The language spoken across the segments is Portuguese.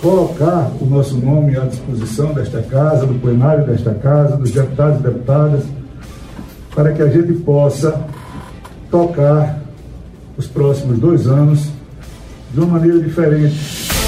colocar o nosso nome à disposição desta casa, do plenário desta casa, dos deputados e deputadas, para que a gente possa tocar os próximos 2 anos de uma maneira diferente.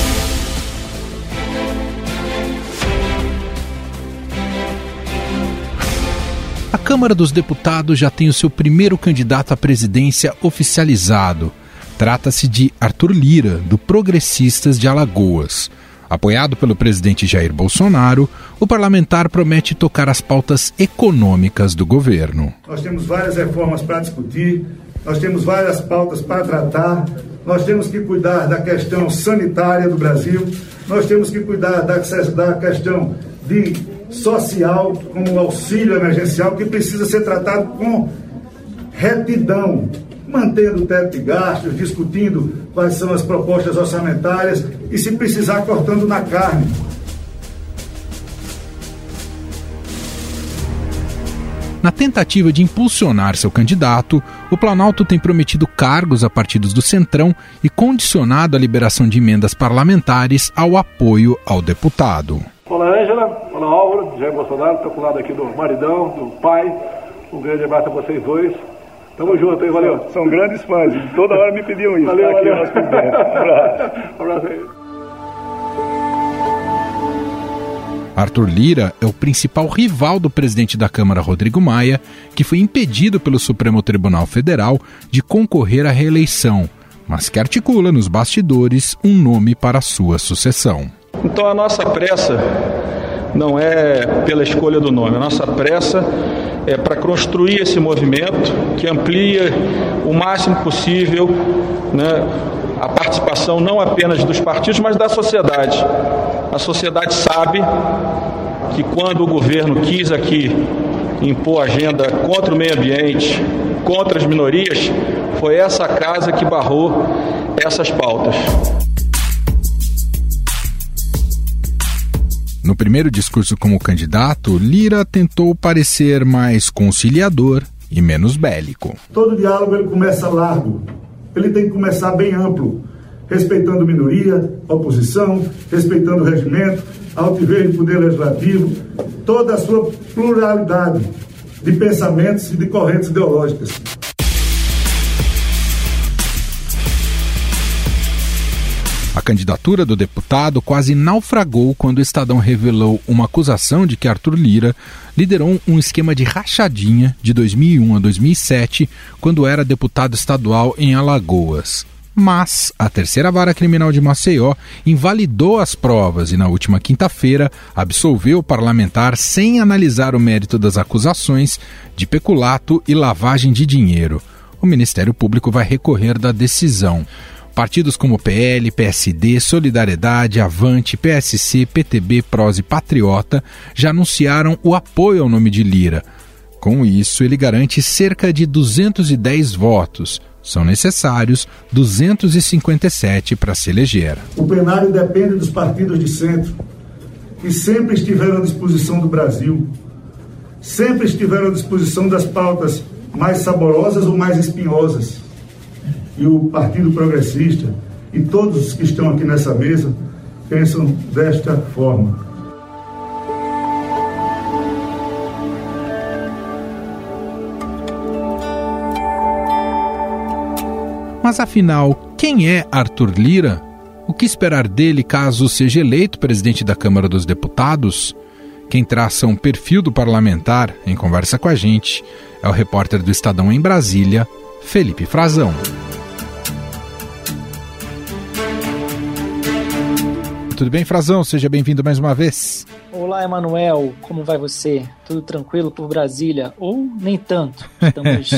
A Câmara dos Deputados já tem o seu primeiro candidato à presidência oficializado. Trata-se de Arthur Lira, do Progressistas de Alagoas. Apoiado pelo presidente Jair Bolsonaro, o parlamentar promete tocar as pautas econômicas do governo. Nós temos várias reformas para discutir, nós temos várias pautas para tratar, nós temos que cuidar da questão sanitária do Brasil, nós temos que cuidar da questão social, como o auxílio emergencial, que precisa ser tratado com retidão, mantendo o teto de gastos, discutindo quais são as propostas orçamentárias e, se precisar, cortando na carne. Na tentativa de impulsionar seu candidato, o Planalto tem prometido cargos a partidos do Centrão e condicionado a liberação de emendas parlamentares ao apoio ao deputado. Olá, Ângela. Olá, Álvaro. Jair Bolsonaro. Estou com o lado aqui do maridão, do pai. Um grande abraço a vocês dois. Tamo junto, hein? Valeu. São grandes fãs. Toda hora me pediam isso. Valeu, aqui valeu. O nosso presidente. Um abraço aí. Arthur Lira é o principal rival do presidente da Câmara, Rodrigo Maia, que foi impedido pelo Supremo Tribunal Federal de concorrer à reeleição, mas que articula nos bastidores um nome para a sua sucessão. Então a nossa pressa não é pela escolha do nome, a nossa pressa é para construir esse movimento que amplia o máximo possível, né, a participação não apenas dos partidos, mas da sociedade. A sociedade sabe que quando o governo quis aqui impor agenda contra o meio ambiente, contra as minorias, foi essa casa que barrou essas pautas. No primeiro discurso como candidato, Lira tentou parecer mais conciliador e menos bélico. Todo diálogo ele começa largo, ele tem que começar bem amplo, respeitando minoria, oposição, respeitando o regimento, altiveiro do poder legislativo, toda a sua pluralidade de pensamentos e de correntes ideológicas. A candidatura do deputado quase naufragou quando o Estadão revelou uma acusação de que Arthur Lira liderou um esquema de rachadinha de 2001 a 2007, quando era deputado estadual em Alagoas. Mas a terceira vara criminal de Maceió invalidou as provas e, na última quinta-feira, absolveu o parlamentar sem analisar o mérito das acusações de peculato e lavagem de dinheiro. O Ministério Público vai recorrer da decisão. Partidos como PL, PSD, Solidariedade, Avante, PSC, PTB, PROS e Patriota já anunciaram o apoio ao nome de Lira. Com isso, ele garante cerca de 210 votos. São necessários 257 para se eleger. O plenário depende dos partidos de centro, que sempre estiveram à disposição do Brasil, sempre estiveram à disposição das pautas mais saborosas ou mais espinhosas. E o Partido Progressista e todos os que estão aqui nessa mesa pensam desta forma. Mas afinal, quem é Arthur Lira? O que esperar dele caso seja eleito presidente da Câmara dos Deputados? Quem traça um perfil do parlamentar, em conversa com a gente, é o repórter do Estadão em Brasília, Felipe Frazão. Tudo bem, Frazão? Seja bem-vindo mais uma vez. Olá, Emanuel. Como vai você? Tudo tranquilo por Brasília? Ou nem tanto? Estamos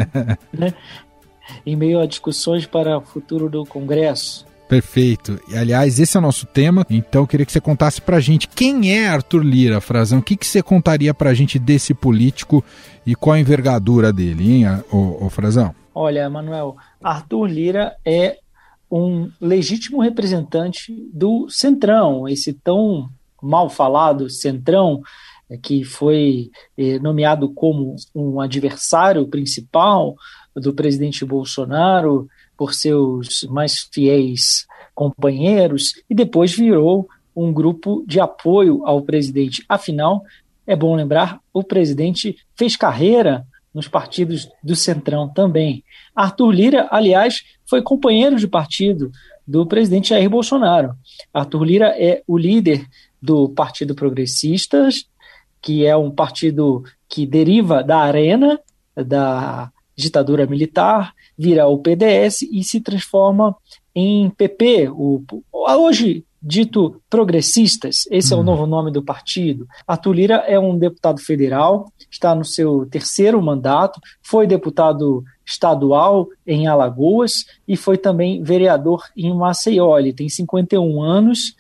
em meio a discussões para o futuro do Congresso. Perfeito. E, aliás, esse é o nosso tema, então eu queria que você contasse pra gente quem é Arthur Lira, Frazão. O que você contaria pra gente desse político e qual a envergadura dele, hein, ô Frazão? Olha, Emanuel, Arthur Lira é um legítimo representante do Centrão, esse tão mal falado Centrão, que foi nomeado como um adversário principal do presidente Bolsonaro por seus mais fiéis companheiros e depois virou um grupo de apoio ao presidente. Afinal, é bom lembrar, o presidente fez carreira nos partidos do Centrão também. Arthur Lira, aliás, foi companheiro de partido do presidente Jair Bolsonaro. Arthur Lira é o líder do Partido Progressistas, que é um partido que deriva da Arena, da ditadura militar, vira o PDS e se transforma em PP, hoje dito Progressistas, esse é o novo nome do partido. Arthur Lira é um deputado federal, está no seu 3º mandato, foi deputado estadual em Alagoas e foi também vereador em Maceió. Ele tem 51 anos,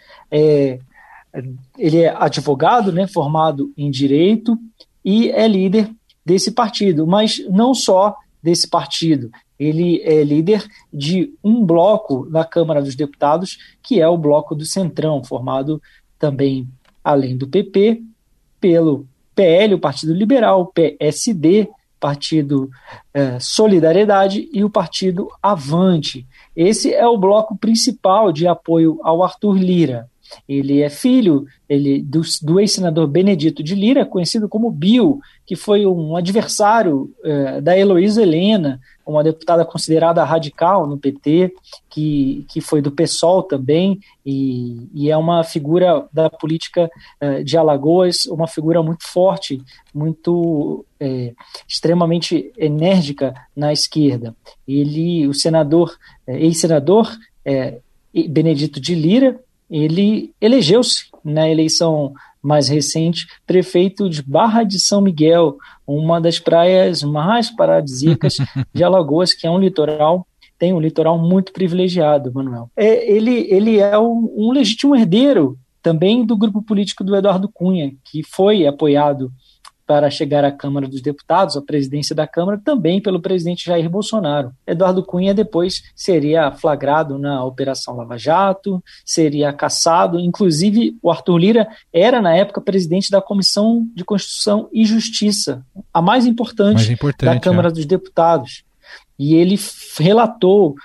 ele é advogado, né, formado em Direito e é líder desse partido, mas não só desse partido. Ele é líder de um bloco na Câmara dos Deputados, que é o Bloco do Centrão, formado também, além do PP, pelo PL, o Partido Liberal, o PSD, Partido Solidariedade e o Partido Avante. Esse é o bloco principal de apoio ao Arthur Lira. Ele é filho do ex-senador Benedito de Lira, conhecido como Bill, que foi um adversário da Heloísa Helena, uma deputada considerada radical no PT, que foi do PSOL também, e é uma figura da política de Alagoas, uma figura muito forte, muito extremamente enérgica na esquerda. Ele, o ex-senador Benedito de Lira, ele elegeu-se na eleição mais recente prefeito de Barra de São Miguel, uma das praias mais paradisíacas de Alagoas, que é tem um litoral muito privilegiado, Manuel. Ele é um legítimo herdeiro também do grupo político do Eduardo Cunha, que foi apoiado para chegar à Câmara dos Deputados, à presidência da Câmara, também pelo presidente Jair Bolsonaro. Eduardo Cunha depois seria flagrado na Operação Lava Jato, seria cassado, inclusive o Arthur Lira era, na época, presidente da Comissão de Constituição e Justiça, a mais importante da Câmara dos Deputados. E ele relatou,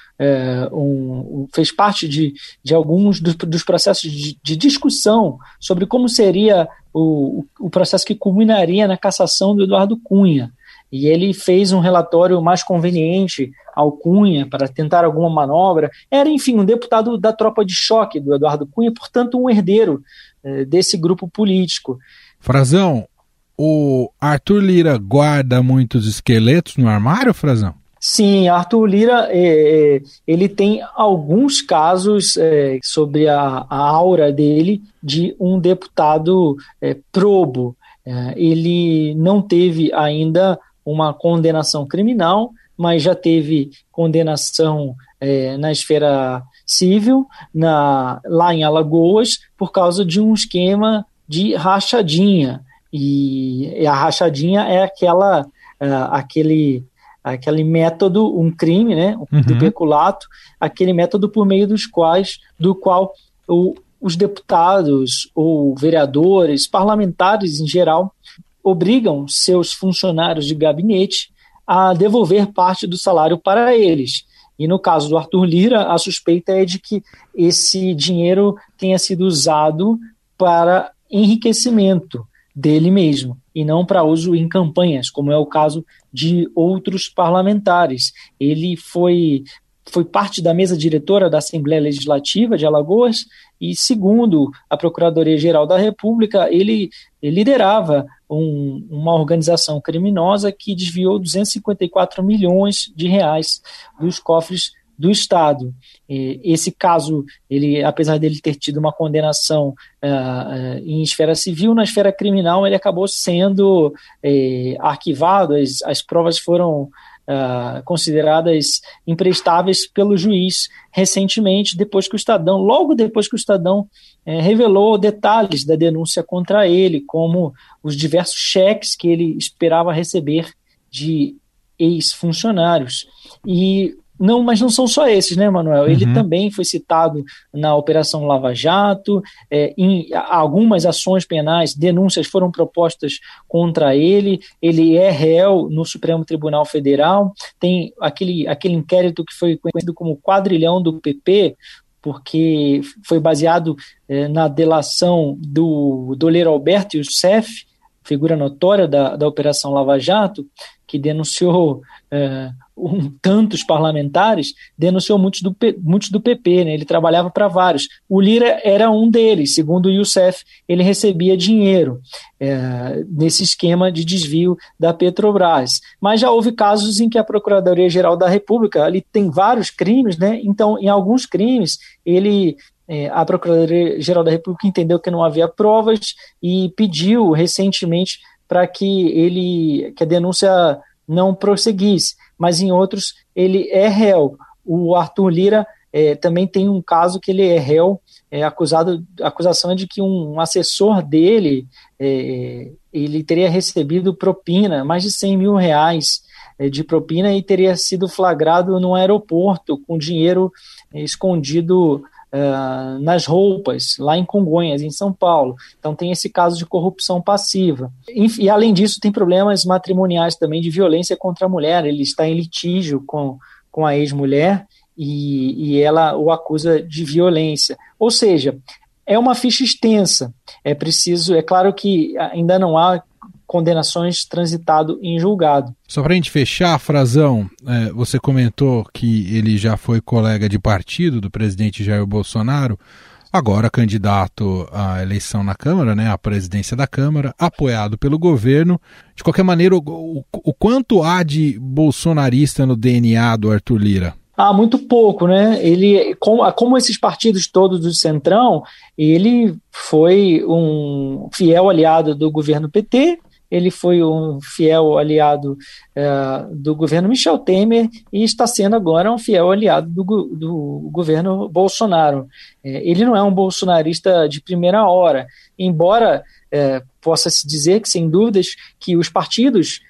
fez parte de alguns dos processos de discussão sobre como seria o processo que culminaria na cassação do Eduardo Cunha. E ele fez um relatório mais conveniente ao Cunha para tentar alguma manobra. Era, enfim, um deputado da tropa de choque do Eduardo Cunha, portanto, um herdeiro desse grupo político. Frazão, o Arthur Lira guarda muitos esqueletos no armário, Frazão? Sim, Arthur Lira ele tem alguns casos sobre a aura dele de um deputado probo. Ele não teve ainda uma condenação criminal, mas já teve condenação na esfera civil, lá em Alagoas, por causa de um esquema de rachadinha. E a rachadinha é aquele método, um crime, né, do peculato, aquele método por meio do qual os deputados ou vereadores, parlamentares em geral, obrigam seus funcionários de gabinete a devolver parte do salário para eles. E no caso do Arthur Lira, a suspeita é de que esse dinheiro tenha sido usado para enriquecimento dele mesmo, e não para uso em campanhas, como é o caso de outros parlamentares. Ele foi parte da mesa diretora da Assembleia Legislativa de Alagoas e, segundo a Procuradoria-Geral da República, ele liderava uma organização criminosa que desviou 254 milhões de reais dos cofres do Estado. Esse caso, apesar dele ter tido uma condenação em esfera civil, na esfera criminal ele acabou sendo arquivado, as provas foram consideradas imprestáveis pelo juiz recentemente, logo depois que o Estadão revelou detalhes da denúncia contra ele, como os diversos cheques que ele esperava receber de ex-funcionários. Mas não são só esses, né, Manuel? Ele também foi citado na Operação Lava Jato, em algumas ações penais, denúncias foram propostas contra ele é réu no Supremo Tribunal Federal, tem aquele inquérito que foi conhecido como quadrilhão do PP, porque foi baseado na delação do doleiro Alberto Youssef, figura notória da Operação Lava Jato, que denunciou tantos parlamentares, denunciou muitos do PP, né? Ele trabalhava para vários. O Lira era um deles. Segundo o Youssef, ele recebia dinheiro nesse esquema de desvio da Petrobras. Mas já houve casos em que a Procuradoria-Geral da República ali tem vários crimes, né? Então, em alguns crimes, a Procuradoria-Geral da República entendeu que não havia provas e pediu recentemente para que a denúncia não prosseguisse, mas em outros ele é réu. O Arthur Lira também tem um caso que ele é réu, a acusação é de que um assessor dele, ele teria recebido propina, mais de R$100 mil de propina, e teria sido flagrado no aeroporto com dinheiro escondido nas roupas, lá em Congonhas, em São Paulo. Então tem esse caso de corrupção passiva. E além disso tem problemas matrimoniais também de violência contra a mulher. Ele está em litígio com a ex-mulher e ela o acusa de violência. Ou seja, é uma ficha extensa. É claro que ainda não há condenações transitado em julgado. Só para a gente fechar, Frazão, você comentou que ele já foi colega de partido do presidente Jair Bolsonaro, agora candidato à eleição na Câmara, né, à presidência da Câmara, apoiado pelo governo. De qualquer maneira, o quanto há de bolsonarista no DNA do Arthur Lira? Muito pouco, né? Ele, como esses partidos todos do Centrão, ele foi um fiel aliado do governo PT, ele foi um fiel aliado do governo Michel Temer e está sendo agora um fiel aliado do governo Bolsonaro. Ele não é um bolsonarista de primeira hora, embora possa-se dizer que, sem dúvidas, que os partidos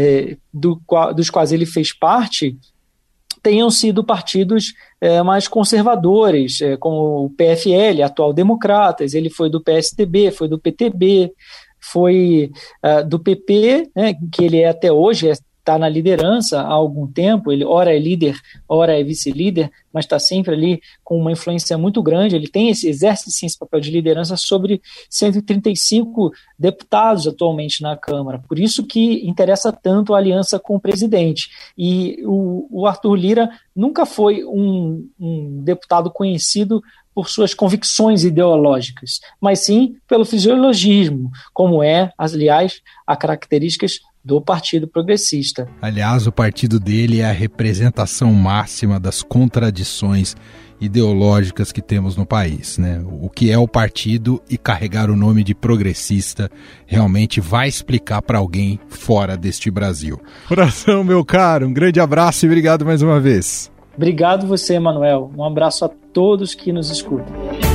dos quais ele fez parte tenham sido partidos mais conservadores, como o PFL, atual Democratas. Ele foi do PSDB, foi do PTB, foi do PP, né, que ele é até hoje, está na liderança há algum tempo. Ele ora é líder, ora é vice-líder, mas está sempre ali com uma influência muito grande. Ele exerce sim esse papel de liderança sobre 135 deputados atualmente na Câmara. Por isso que interessa tanto a aliança com o presidente. E o Arthur Lira nunca foi um deputado conhecido por suas convicções ideológicas, mas sim pelo fisiologismo, como aliás, as características do Partido Progressista. Aliás, o partido dele é a representação máxima das contradições ideológicas que temos no país, né? O que é o partido e carregar o nome de progressista realmente vai explicar para alguém fora deste Brasil. Coração, meu caro, um grande abraço e obrigado mais uma vez. Obrigado você, Manuel. Um abraço a todos que nos escutam.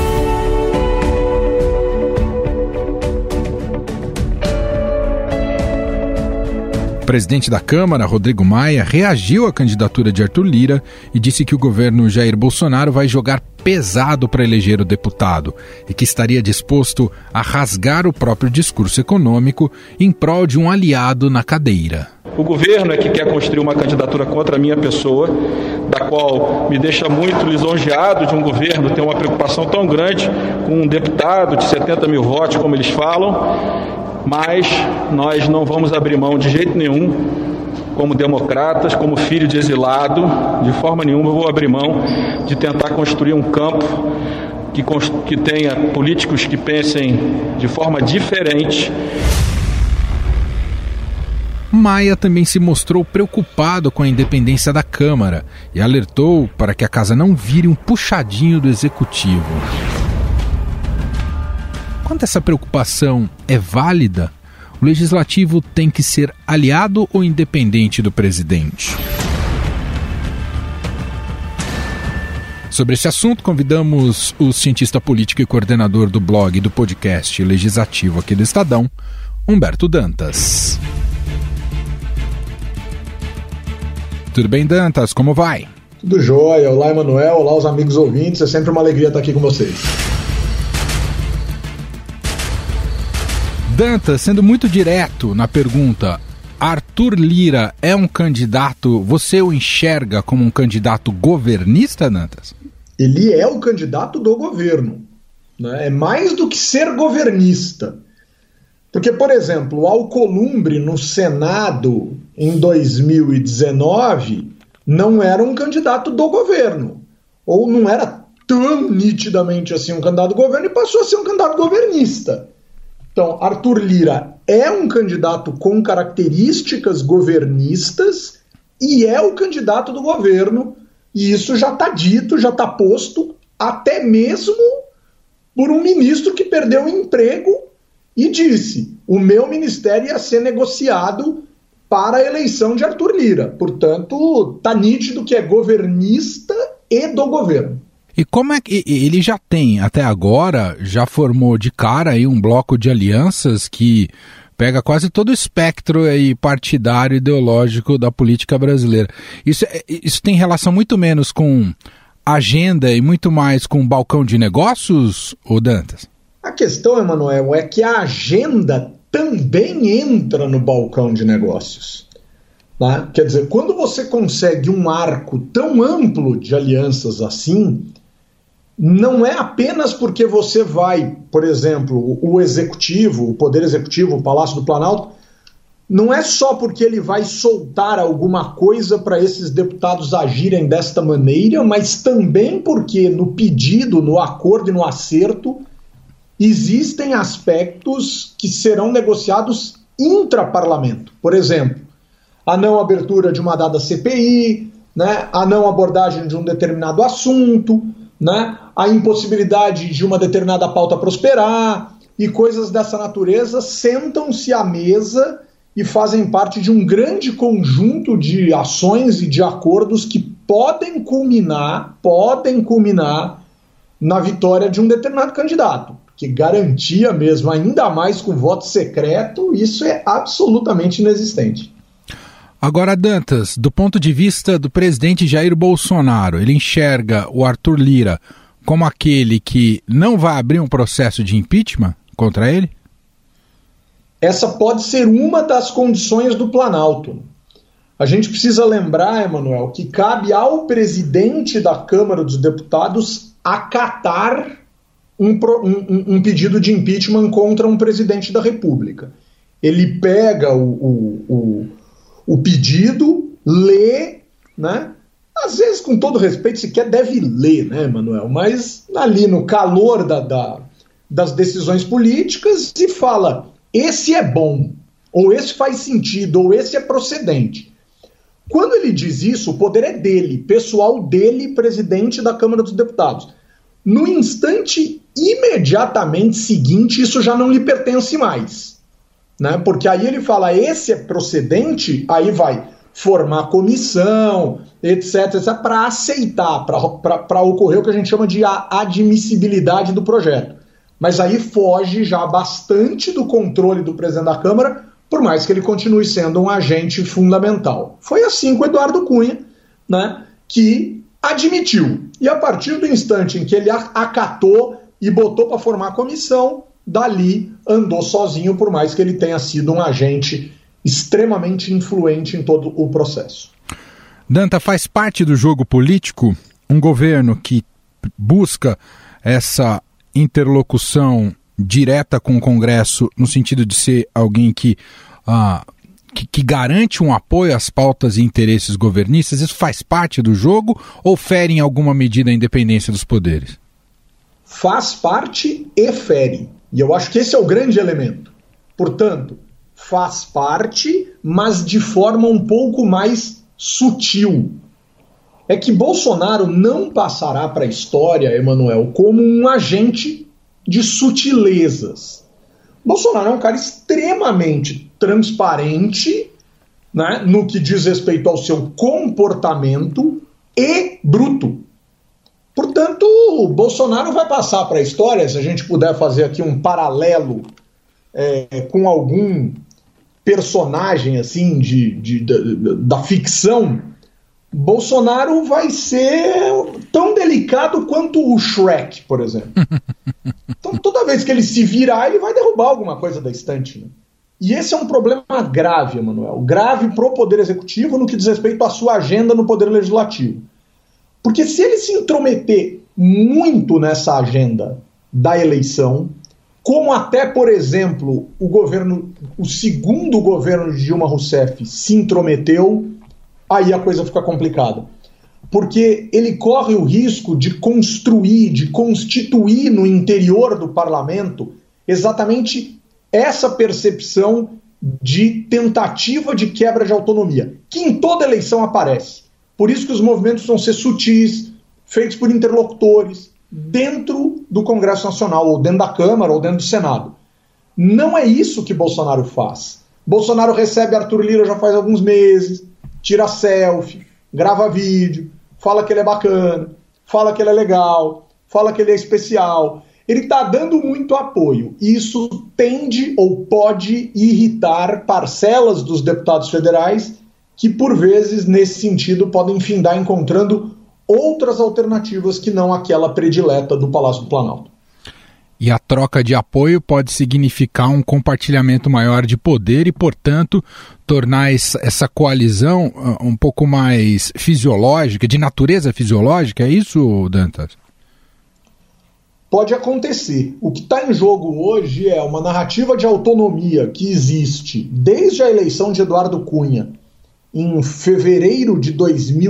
O presidente da Câmara, Rodrigo Maia, reagiu à candidatura de Arthur Lira e disse que o governo Jair Bolsonaro vai jogar pesado para eleger o deputado e que estaria disposto a rasgar o próprio discurso econômico em prol de um aliado na cadeira. O governo é que quer construir uma candidatura contra a minha pessoa, da qual me deixa muito lisonjeado de um governo ter uma preocupação tão grande com um deputado de 70 mil votos, como eles falam, mas nós não vamos abrir mão de jeito nenhum, como democratas, como filho de exilado, de forma nenhuma eu vou abrir mão de tentar construir um campo que tenha políticos que pensem de forma diferente. Maia também se mostrou preocupado com a independência da Câmara e alertou para que a casa não vire um puxadinho do Executivo. Quanto essa preocupação é válida, o Legislativo tem que ser aliado ou independente do presidente? Sobre esse assunto, convidamos o cientista político e coordenador do blog e do podcast Legislativo aqui do Estadão, Humberto Dantas. Tudo bem, Dantas? Como vai? Tudo jóia. Olá, Emanuel. Olá, os amigos ouvintes. É sempre uma alegria estar aqui com vocês. Dantas, sendo muito direto na pergunta, Arthur Lira é um candidato, você o enxerga como um candidato governista, Dantas? ele é o candidato do governo, né? É mais do que ser governista. Porque, por exemplo, o Alcolumbre no Senado em 2019 não era um candidato do governo, ou não era tão nitidamente assim um candidato do governo, e passou a ser um candidato governista. Então, Arthur Lira é um candidato com características governistas e é o candidato do governo, e isso já está dito, já está posto, até mesmo por um ministro que perdeu o emprego e disse: o meu ministério ia ser negociado para a eleição de Arthur Lira. Portanto, está nítido que é governista e do governo. E como é que ele já tem, até agora, já formou de cara aí um bloco de alianças que pega quase todo o espectro aí partidário e ideológico da política brasileira. Isso tem relação muito menos com agenda e muito mais com balcão de negócios, ô Dantas? A questão, Emanuel, é que a agenda também entra no balcão de negócios. Tá? Quer dizer, quando você consegue um arco tão amplo de alianças assim, não é apenas porque você vai, por exemplo, o executivo, o poder executivo, o Palácio do Planalto, não é só porque ele vai soltar alguma coisa para esses deputados agirem desta maneira, mas também porque no pedido, no acordo e no acerto existem aspectos que serão negociados intraparlamento. Por exemplo, a não abertura de uma dada CPI, né, a não abordagem de um determinado assunto, né, a impossibilidade de uma determinada pauta prosperar e coisas dessa natureza sentam-se à mesa e fazem parte de um grande conjunto de ações e de acordos que podem culminar na vitória de um determinado candidato, que garantia mesmo, ainda mais com voto secreto, isso é absolutamente inexistente. Agora, Dantas, do ponto de vista do presidente Jair Bolsonaro, ele enxerga o Arthur Lira como aquele que não vai abrir um processo de impeachment contra ele? Essa pode ser uma das condições do Planalto. A gente precisa lembrar, Emanuel, que cabe ao presidente da Câmara dos Deputados acatar um pedido de impeachment contra um presidente da República. Ele pega o pedido, lê, né? Às vezes, com todo respeito, sequer deve ler, né, Emanuel? Mas ali no calor das decisões políticas, se fala: esse é bom, ou esse faz sentido, ou esse é procedente. Quando ele diz isso, o poder é dele, pessoal dele, presidente da Câmara dos Deputados. No instante imediatamente seguinte, isso já não lhe pertence mais, né? Porque aí ele fala: esse é procedente, aí vai formar comissão, etc, para aceitar, para ocorrer o que a gente chama de admissibilidade do projeto. Mas aí foge já bastante do controle do presidente da Câmara, por mais que ele continue sendo um agente fundamental. Foi assim com o Eduardo Cunha, né, que admitiu. E a partir do instante em que ele acatou e botou para formar a comissão, dali andou sozinho, por mais que ele tenha sido um agente extremamente influente em todo o processo. Danta, faz parte do jogo político um governo que busca essa interlocução direta com o Congresso, no sentido de ser alguém que garante um apoio às pautas e interesses governistas? Isso faz parte do jogo ou fere em alguma medida a independência dos poderes? Faz parte e fere. E eu acho que esse é o grande elemento. Portanto, faz parte, mas de forma um pouco mais sutil. É que Bolsonaro não passará para a história, Emanuel, como um agente de sutilezas. Bolsonaro é um cara extremamente transparente, né, no que diz respeito ao seu comportamento, e bruto. Portanto, o Bolsonaro vai passar para a história, se a gente puder fazer aqui um paralelo com algum personagem assim da ficção, Bolsonaro vai ser tão delicado quanto o Shrek, por exemplo. Então, toda vez que ele se virar, ele vai derrubar alguma coisa da estante, né? E esse é um problema grave, Emanuel, grave para o Poder Executivo no que diz respeito à sua agenda no Poder Legislativo. Porque se ele se intrometer muito nessa agenda da eleição, como até, por exemplo, o segundo governo de Dilma Rousseff se intrometeu, aí a coisa fica complicada. Porque ele corre o risco de construir, de constituir no interior do parlamento exatamente essa percepção de tentativa de quebra de autonomia, que em toda eleição aparece. Por isso que os movimentos vão ser sutis, feitos por interlocutores, dentro do Congresso Nacional, ou dentro da Câmara, ou dentro do Senado. Não é isso que Bolsonaro faz. Bolsonaro recebe Arthur Lira já faz alguns meses, tira selfie, grava vídeo, fala que ele é bacana, fala que ele é legal, fala que ele é especial. Ele está dando muito apoio. E isso tende ou pode irritar parcelas dos deputados federais que, por vezes, nesse sentido, podem findar encontrando outras alternativas que não aquela predileta do Palácio do Planalto. E a troca de apoio pode significar um compartilhamento maior de poder e, portanto, tornar essa coalizão um pouco mais fisiológica, de natureza fisiológica, é isso, Dantas? Pode acontecer. O que está em jogo hoje é uma narrativa de autonomia que existe desde a eleição de Eduardo Cunha, em fevereiro de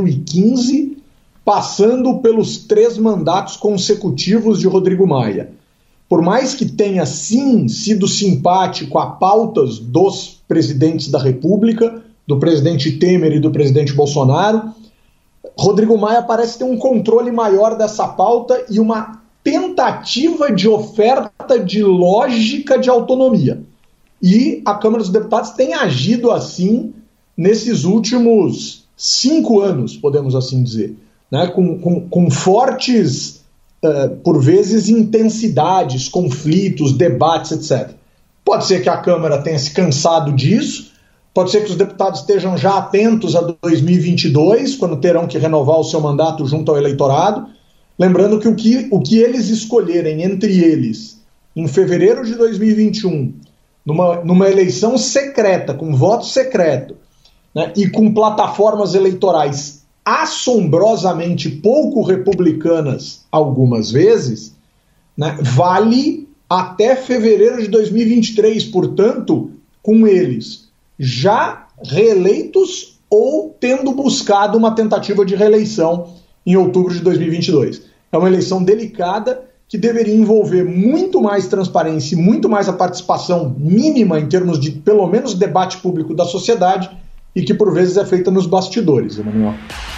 2015, passando pelos 3 mandatos consecutivos de Rodrigo Maia. Por mais que tenha, sim, sido simpático a pautas dos presidentes da República, do presidente Temer e do presidente Bolsonaro, Rodrigo Maia parece ter um controle maior dessa pauta e uma tentativa de oferta de lógica de autonomia. E a Câmara dos Deputados tem agido assim nesses últimos 5 anos, podemos assim dizer, né? Com fortes, por vezes, intensidades, conflitos, debates, etc. Pode ser que a Câmara tenha se cansado disso, pode ser que os deputados estejam já atentos a 2022, quando terão que renovar o seu mandato junto ao eleitorado. Lembrando que o que eles escolherem entre eles em fevereiro de 2021, numa eleição secreta, com voto secreto, né, e com plataformas eleitorais assombrosamente pouco republicanas algumas vezes, né, vale até fevereiro de 2023, portanto, com eles já reeleitos ou tendo buscado uma tentativa de reeleição em outubro de 2022. É uma eleição delicada que deveria envolver muito mais transparência e muito mais a participação mínima em termos de, pelo menos, debate público da sociedade e que, por vezes, é feita nos bastidores, Emanuel.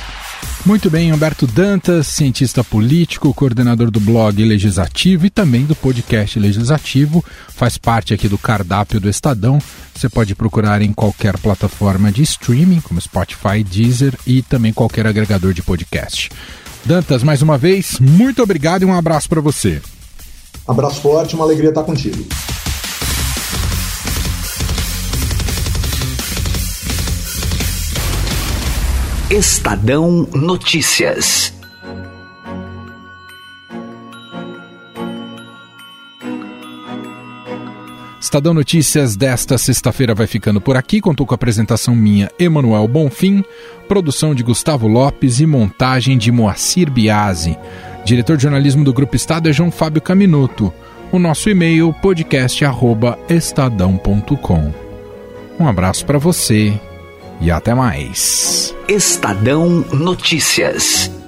Muito bem, Humberto Dantas, cientista político, coordenador do blog Legislativo e também do podcast Legislativo, faz parte aqui do cardápio do Estadão. Você pode procurar em qualquer plataforma de streaming, como Spotify, Deezer e também qualquer agregador de podcast. Dantas, mais uma vez, muito obrigado e um abraço para você. Abraço forte, uma alegria estar contigo. Estadão Notícias. Estadão Notícias desta sexta-feira vai ficando por aqui. Contou com a apresentação minha, Emanuel Bonfim, produção de Gustavo Lopes e montagem de Moacir Biasi. Diretor de jornalismo do Grupo Estado é João Fábio Caminuto. O nosso e-mail, podcast@estadão.com. Um abraço para você e até mais. Estadão Notícias.